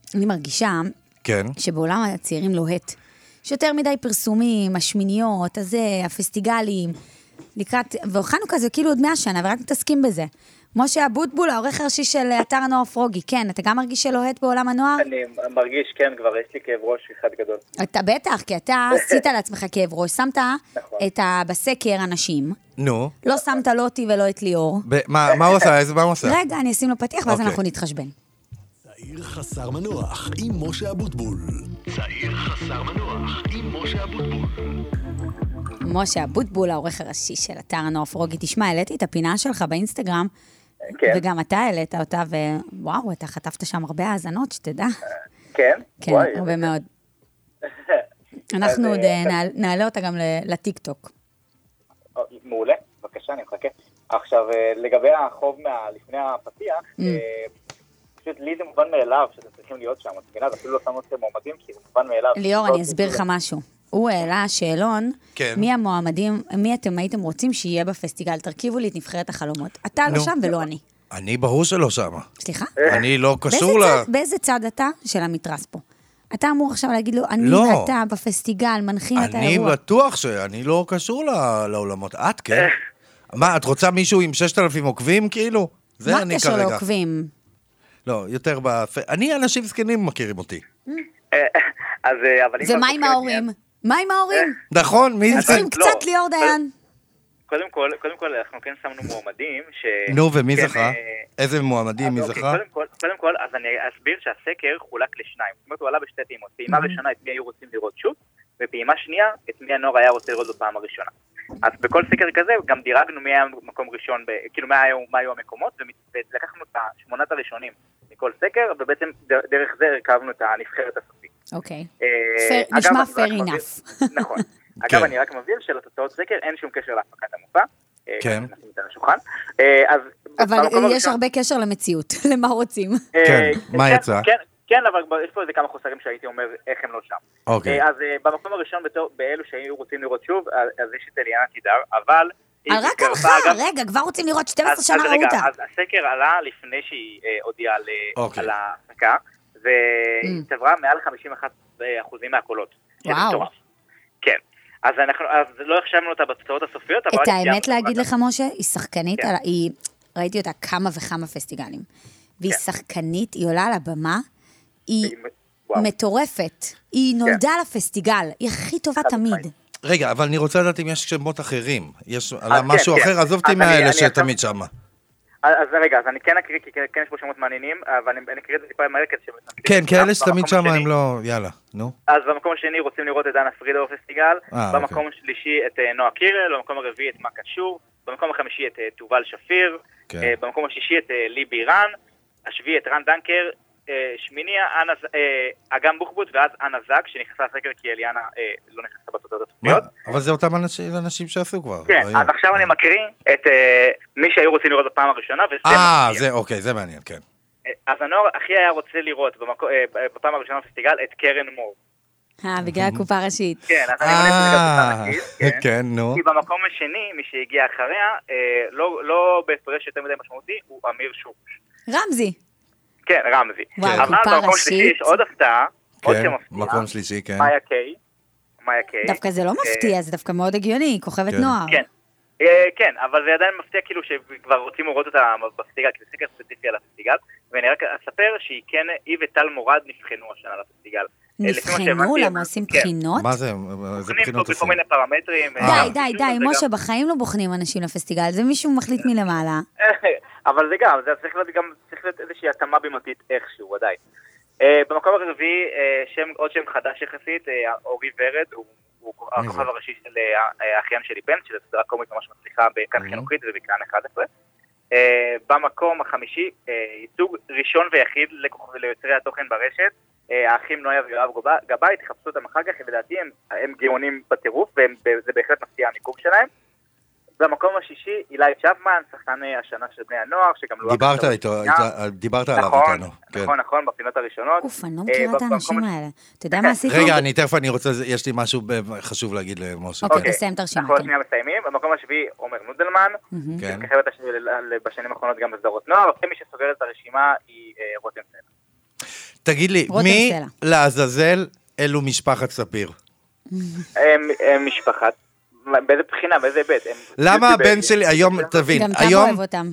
אני מרגישה כן. שבעולם הצעירים לוהט. יש יותר מדי פרסומים, השמיניות, הפסטיגלים, לקראת, וחנוכה זה כאילו עוד 100 שנה, ורק מתעסקים בזה. משה אבוטבול, העורך הראשי של אתר הנוער פרוגי, כן, אתה גם מרגיש שלוהט בעולם הנוער? אני מרגיש, כן, כבר יש לי כאב ראש אחד גדול. אתה בטח, כי אתה עשית לעצמך כאב ראש, שמת בסקר אנשים, נו. לא שמת לא אותי ולא את ליאור. מה הוא עושה? מה הוא עושה? רגע, אני אשים לו פתיח, ואז אנחנו נתחשבן. צעיר חסר מנוח עם משה אבוטבול. צעיר חסר מנוח עם משה אבוטבול. משה אבוטבול, העורך הראשי של אתר הנוער פרוגי. תשמע, העליתי את הפינה שלך באינסטגרם, כן. וגם אתה העלית אותה, ווואו, אתה חטפת שם הרבה האזנות, שתדע. כן? כן, הרבה מאוד. אנחנו עוד נעלה אותה גם לטיק טוק. מעולה, בבקשה, אני מחכה. עכשיו, לגבי החוב לפני הפתיח, פשוט לי זה מובן מאליו שאתם צריכים להיות שם, אז אפילו לא שמנו אתכם מועמדים, כי זה מובן מאליו. ליאור, אני אסביר לך משהו. הוא העלה שאלון, מי המועמדים, מי אתם הייתם רוצים שיהיה בפסטיגל, תרכיבו לי את נבחרת החלומות. אתה לא שם ולא אני. אני ברור שלא שם. סליחה? אני לא קשור באיזה צד אתה של המתרס פה? אתה אמור עכשיו להגיד לו, אני ואתה בפסטיגל, מנחים את האירוע. אני בטוח שאני לא קשור לעולמות. את, כן? מה, את רוצה מישהו עם 6,000 עוקבים, כאילו? מה הקשר לעוקבים? לא, יותר אני אנשים זקנים מכירים אותי. ומה עם ההורים? מה עם ההורים? נכון, מי זה? צריכים קצת ליאור דיין. קודם כל, אנחנו כן שמנו מועמדים נו, ומי זכה? איזה מועמדים, מי זכה? קודם כל, אז אני אסביר שהסקר חולק לשניים. זאת אומרת, הוא עלה בשתי פעימות. פעימה ראשונה, את מי היו רוצים לראות שוב, ופעימה שנייה, את מי הנוער היה רוצה לראות בפעם הראשונה. אז בכל סקר כזה, גם דירגנו מי היה מקום ראשון, כאילו מה היו המקומות, ולקחנו את 8 הראשונים מכל סקר, ובעצם דרך זה הרכבנו את הנבחרת הסופית. אוקיי. נשמע fair enough. נכון. אגב, אני רק מבהיר שלתוצאות סקר אין שום קשר להפקת המופע. כן. אבל יש הרבה קשר למציאות, למה רוצים. כן, מה יצא? כן, אבל יש פה איזה כמה חוסרים שהייתי אומר איך הם לא שם. אוקיי. אז במקום הראשון, באלו שהיו רוצים לראות שוב, אז יש את אליאנה תידר, אבל... רק הלכה, רגע, כבר רוצים לראות 12 שנה ראו אותה. אז הסקר עלה לפני שהיא הודיעה על ההפקה, והיא צברה מעל 51% מהקולות. וואו. כן. אז לא החשבנו אותה בתוצאות הסופיות, אבל... את האמת להגיד לך, משה, היא שחקנית, ראיתי אותה כמה וכמה פסטיגלים, והיא שחקנית, היא עולה על הבמה, היא מטורפת, היא נולדה לפסטיגל, היא הכי טובה תמיד. רגע, אבל אני רוצה לדעת אם יש שמות אחרים, יש משהו אחר, עזוב אותי מהאלה שתמיד שמה. אז רגע, אז אני כן אקריא, כי כן יש פה שמות מעניינים, אבל אני אקריא את זה טיפה מהר כדי כן, כאלה שתמיד שמה הם לא, יאללה, נו. אז במקום השני רוצים לראות את דנה פרידה בפסטיגל, במקום השלישי את נועה קירל, במקום הרביעי את מה קשור, במקום החמישי את תובל שפיר, במקום השישי את לי בירן, השביעי את רן דנקר, שמיני אגם בוחבוט ואז אנה זק שנכנסה לסקר כי אליאנה לא נכנסה בתוצאות הסופיות. אבל זה אותם אנשים שעשו כבר. כן, אז עכשיו אני מקריא את מי שהיו רוצים לראות בפעם הראשונה. זה אוקיי, זה מעניין, כן. אז הנוער הכי היה רוצה לראות בפעם הראשונה בפסטיגל את קרן מור. בגלל הקופה ראשית. כן, אז אני מניח את זה קופה ראשית. כן, נו. כי במקום השני, מי שהגיע אחריה, לא בהפרש יותר מדי משמעותי, הוא אמיר שוש. רמזי. כן, רמזי. וואו, קופה ראשית. יש עוד הפתעה, עוד כן, שמפתיעה. מקום שלישי, כן. מאיה קיי. דווקא זה לא מפתיע, זה דווקא מאוד הגיוני, כוכבת נוער. כן. כן, אבל זה עדיין מפתיע כאילו שכבר רוצים לראות אותה בפסטיגל, כי זה סקר ספציפי על הפסטיגל, ואני רק אספר שהיא כן, היא וטל מורד נבחנו השנה לפסטיגל. נבחנו? למה עושים בחינות? מה זה? איזה בחינות עושים? בכל מיני פרמטרים. די, משה, בחיים לא בוחנים אנשים לפסטיגל, זה מישהו מחליט מלמעלה. אבל זה גם, זה צריך להיות איזושהי התאמה בימתית איכשהו, עדיין. במקום הרביעי, עוד שם חדש יחסית, אורי ורד, הוא הכוכב הראשי של האחיין שלי בן, שזו סדרה קומית ממש מצליחה בכאן חינוכית ובכאן 11. במקום החמישי, ייצוג ראשון ויחיד ליוצרי התוכן ברשת, האחים נויה ויואב גבאי, תחפשו אותם אחר כך, ולדעתי הם גאונים בטירוף, וזה בהחלט מפתיע המיקום שלהם. במקום השישי, אילי צ'פמן, שחקן השנה של בני הנוער, שגם לא... דיברת עליו איתנו. נכון, בפינות הראשונות. אוף, אני לא מכירה את האנשים האלה. אתה יודע מה עשיתי? רגע, אני רוצה, יש לי משהו חשוב להגיד למשה. אוקיי, תסיים את הרשימה. אנחנו שנייה מסיימים. במקום השביעי, עומר נודלמן, שכחבת בשנים האחרונות גם בסדרות נוער, ומי שסוגר את הרשימה היא רותם סלע. תגיד לי, מי לעזאזל אלו משפחת ספיר? משפחת, באיזה בחינה, באיזה בית? למה הבן שלי, היום, תבין, גם אתה אוהב אותם.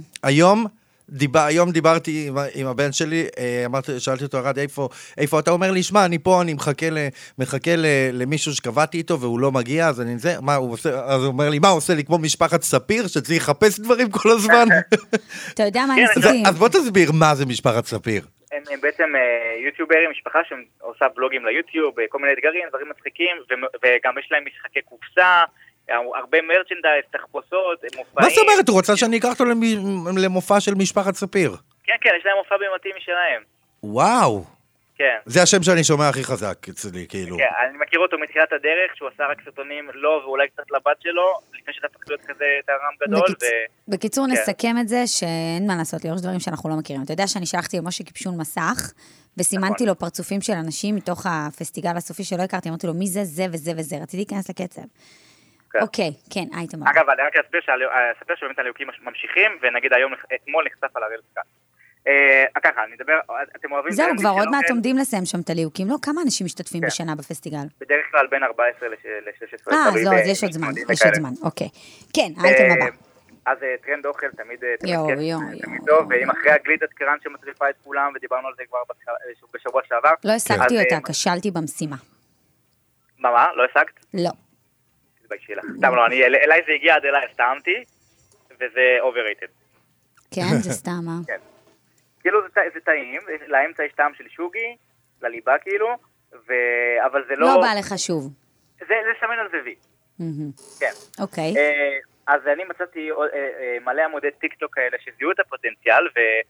היום דיברתי עם הבן שלי, שאלתי אותו, ארד, איפה אתה אומר לי, שמע, אני פה, אני מחכה למישהו שקבעתי איתו, והוא לא מגיע, אז אני זה, אז הוא אומר לי, מה, הוא עושה לי כמו משפחת ספיר, שצריך לחפש דברים כל הזמן? אתה יודע מה אני עשיתי? אז בוא תסביר מה זה משפחת ספיר. הם בעצם יוטיוברים, משפחה שעושה בלוגים ליוטיוב, כל מיני אתגרים, דברים מצחיקים, וגם יש להם משחקי קופסה, הרבה מרצ'נדייז, תחפושות, מופעים. מה זאת אומרת? הוא רוצה שאני אקח אותו למופע של משפחת ספיר? כן, יש להם מופע בימתי משלהם. וואו. כן. זה השם שאני שומע הכי חזק אצלי, כאילו. כן, אני מכיר אותו מתחילת הדרך, שהוא עשה רק סרטונים לו ואולי קצת לבת שלו, לפני שאתה פקד להיות כזה תרם גדול. בקיצור, נסכם את זה שאין מה לעשות, יש דברים שאנחנו לא מכירים. אתה יודע שאני שלחתי למשה קיפשון מסך, וסימנתי לו פרצופים של אנשים מתוך הפסטיגל הסופי שלא הכרתי, אמרתי לו, מי זה, זה וזה וזה, רציתי להיכנס לקצב. אוקיי, כן, היית אמר. אגב, אני רק אספר שבאמת הליהוקים ממשיכים, ונגיד היום, אתמול נחשף על הראל סקאט. ככה, אני אדבר, אתם אוהבים... זהו, כבר עוד מעט עומדים לסיים שם את הליהוקים, לא? כמה אנשים משתתפים בשנה בפסטיגל? בדרך כלל בין 14 ל-16. אז לא, אז יש עוד זמן, אוקיי. כן, האייטם הבא. אז טרנד אוכל תמיד טוב, ואם אחרי הגלידת קרן שמטריפה את כולם, ודיברנו על זה כבר בשבוע שעבר. לא השגתי אותה, כשלתי במשימה. מה? לא השגת? לא. תתביישי לך. סתם לא, אליי זה הגיע עד אליי, סתמתי, וזה overrated. כן, זה סתם, כן. כאילו זה טעים, לאמצע יש טעם של שוגי, לליבה כאילו, אבל זה לא... לא בא לך שוב. זה שמן על זבי. כן. אוקיי. אז אני מצאתי מלא עמודי טיקטוק כאלה שזיהו את הפוטנציאל,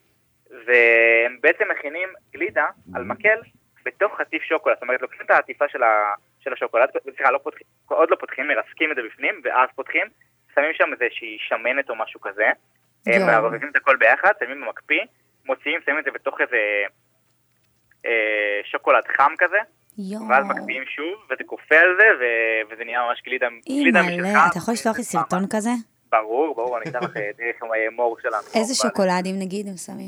והם בעצם מכינים גלידה על מקל בתוך חטיף שוקולד. זאת אומרת, לוקחים את העטיפה של השוקולד, סליחה, עוד לא פותחים, מרסקים את זה בפנים, ואז פותחים, שמים שם איזושהי שמנת או משהו כזה, מערבבים את הכל ביחד, שמים במקפיא, מוציאים, שמים את זה בתוך איזה שוקולד חם כזה, ואז מקפיאים שוב, וזה קופא על זה, וזה נהיה ממש גלידה משלך. אתה יכול לשלוח לי סרטון כזה? ברור, אני אתן לך דרך המור שלנו. איזה שוקולדים נגיד הם שמים?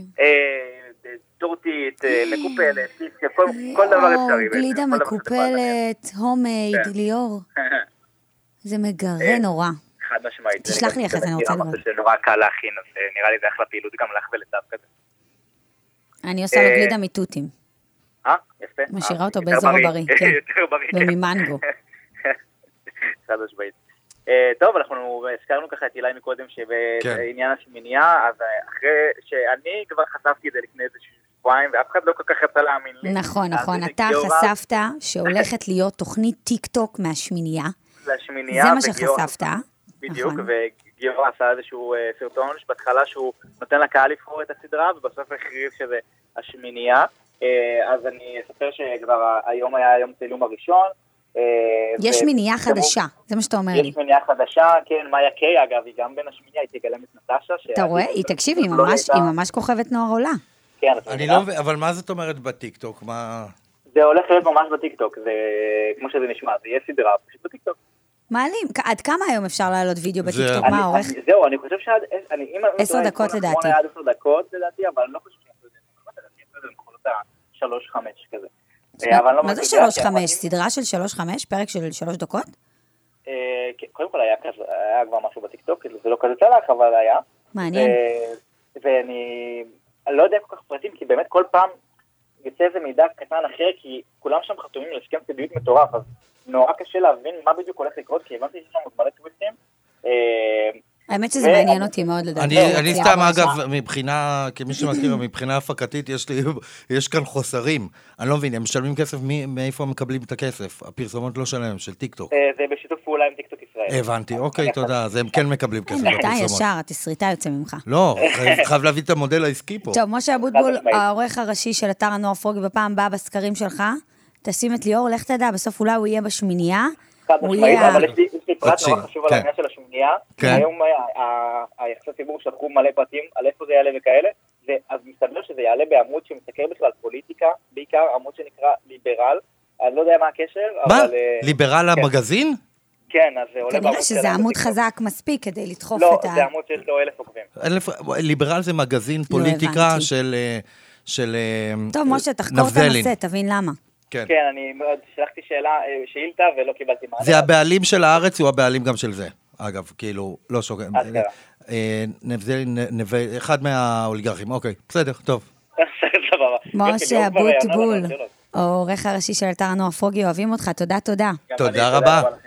טורטית, מקופלת, כל דבר אפשרי. גלידה מקופלת, הומייד, ליאור. זה מגרה נורא. חד משמעית. תשלח לי אחרי זה, אני רוצה לראות. זה נורא קל להכין, אז נראה לי זה אחלה פעילות גם לך ולצד כזה. אני עושה לו גלידה מתותים. יפה. משאירה אותו באזור הבריא, כן. וממנגו. חד משמעית. טוב, אנחנו הזכרנו ככה את אילי מקודם שבעניין השמינייה, אז אחרי שאני כבר חשפתי את זה לפני איזה שבועיים, ואף אחד לא כל כך רצה להאמין לי. נכון, אתה חשפת שהולכת להיות תוכנית טיק טוק מהשמינייה. לשמינייה. זה מה שחשפת. בדיוק, וגיורא עשה איזשהו סרטון, שבהתחלה שהוא נותן לקהל לבחור את הסדרה, ובסוף הכריז שזה השמינייה. אז אני אספר שכבר היום היה היום צילום הראשון. יש מינייה חדשה, זה מה שאתה אומר לי. יש מינייה חדשה, כן, מאיה קיי, אגב, היא גם בין השמינייה, היא תגלם את נטשה. אתה רואה? היא תקשיב, היא ממש כוכבת נוער עולה. כן. אני לא מבין, אבל מה זאת אומרת בטיקטוק? זה הולך להיות ממש בטיקטוק, זה כמו שזה נשמע, זה יהיה סדרה פשוט בטיקטוק. מעלים, עד כמה היום אפשר לעלות וידאו בטיקטוק? מה האורך? זהו, אני חושב שעד 10 דקות לדעתי. עד 10 דקות לדעתי, אבל אני לא חושב שזה מכונות ה-3-5 כזה. מה זה 3-5? סדרה של 3-5? פרק של 3 דקות? קודם כל היה כבר משהו בטיקטוק, זה לא כזה צלח, אבל היה. מעניין. ואני לא יודע כל כך פרטים, כי באמת כל פעם יוצא איזה מידע קטן אחר, כי כולם שם חתומים להסכם סודיות מטורף, אז נורא קשה להבין מה בדיוק הולך לקרות, כי הבנתי שיש שם מלא טוויסטים. האמת שזה מעניין אותי מאוד לדעתי. אני סתם, אגב, מבחינה, כמי שמכיר, מבחינה הפקתית, יש כאן חוסרים. אני לא מבין, הם משלמים כסף, מאיפה הם מקבלים את הכסף? הפרסומות לא שלהם, של טיקטוק. זה בשיתוף פעולה עם טיקטוק ישראל. הבנתי, אוקיי, תודה. אז הם כן מקבלים כסף בפרסומות. אתה ישר, התסריטה יוצא ממך. לא, חייב להביא את המודל העסקי פה. טוב, משה אבוטבול, העורך הראשי של אתר הנוער פרוגי, בפעם הבאה בסקרים שלך, תשים את ליאור, לך תדע, בסוף אולי הוא יהיה בשמינייה. אבל יש לי פרט נורא חשוב על העניין של השמינייה. היום היחסי ציבור שלחו מלא פרטים על איפה זה יעלה וכאלה, אז מסתבר שזה יעלה בעמוד שמסתכל בכלל פוליטיקה, בעיקר עמוד שנקרא ליברל. אני לא יודע מה הקשר, מה? ליברל המגזין? כן, אז זה עולה... כנראה שזה עמוד חזק מספיק כדי לדחוף את ה... לא, זה עמוד שיש לו 1,000 עוקבים. ליברל זה מגזין פוליטיקה של טוב, משה, תחקור את הנושא, תבין למה. כן, אני מאוד שלחתי שאילתה ולא קיבלתי מענה. זה הבעלים של הארץ, הוא הבעלים גם של זה. אגב, כאילו, לא שוקר. אחד מהאוליגרכים, אוקיי, בסדר, טוב. משה אבוטבול, העורך הראשי של אתר הנוער פרוגי, אוהבים אותך, תודה. תודה רבה.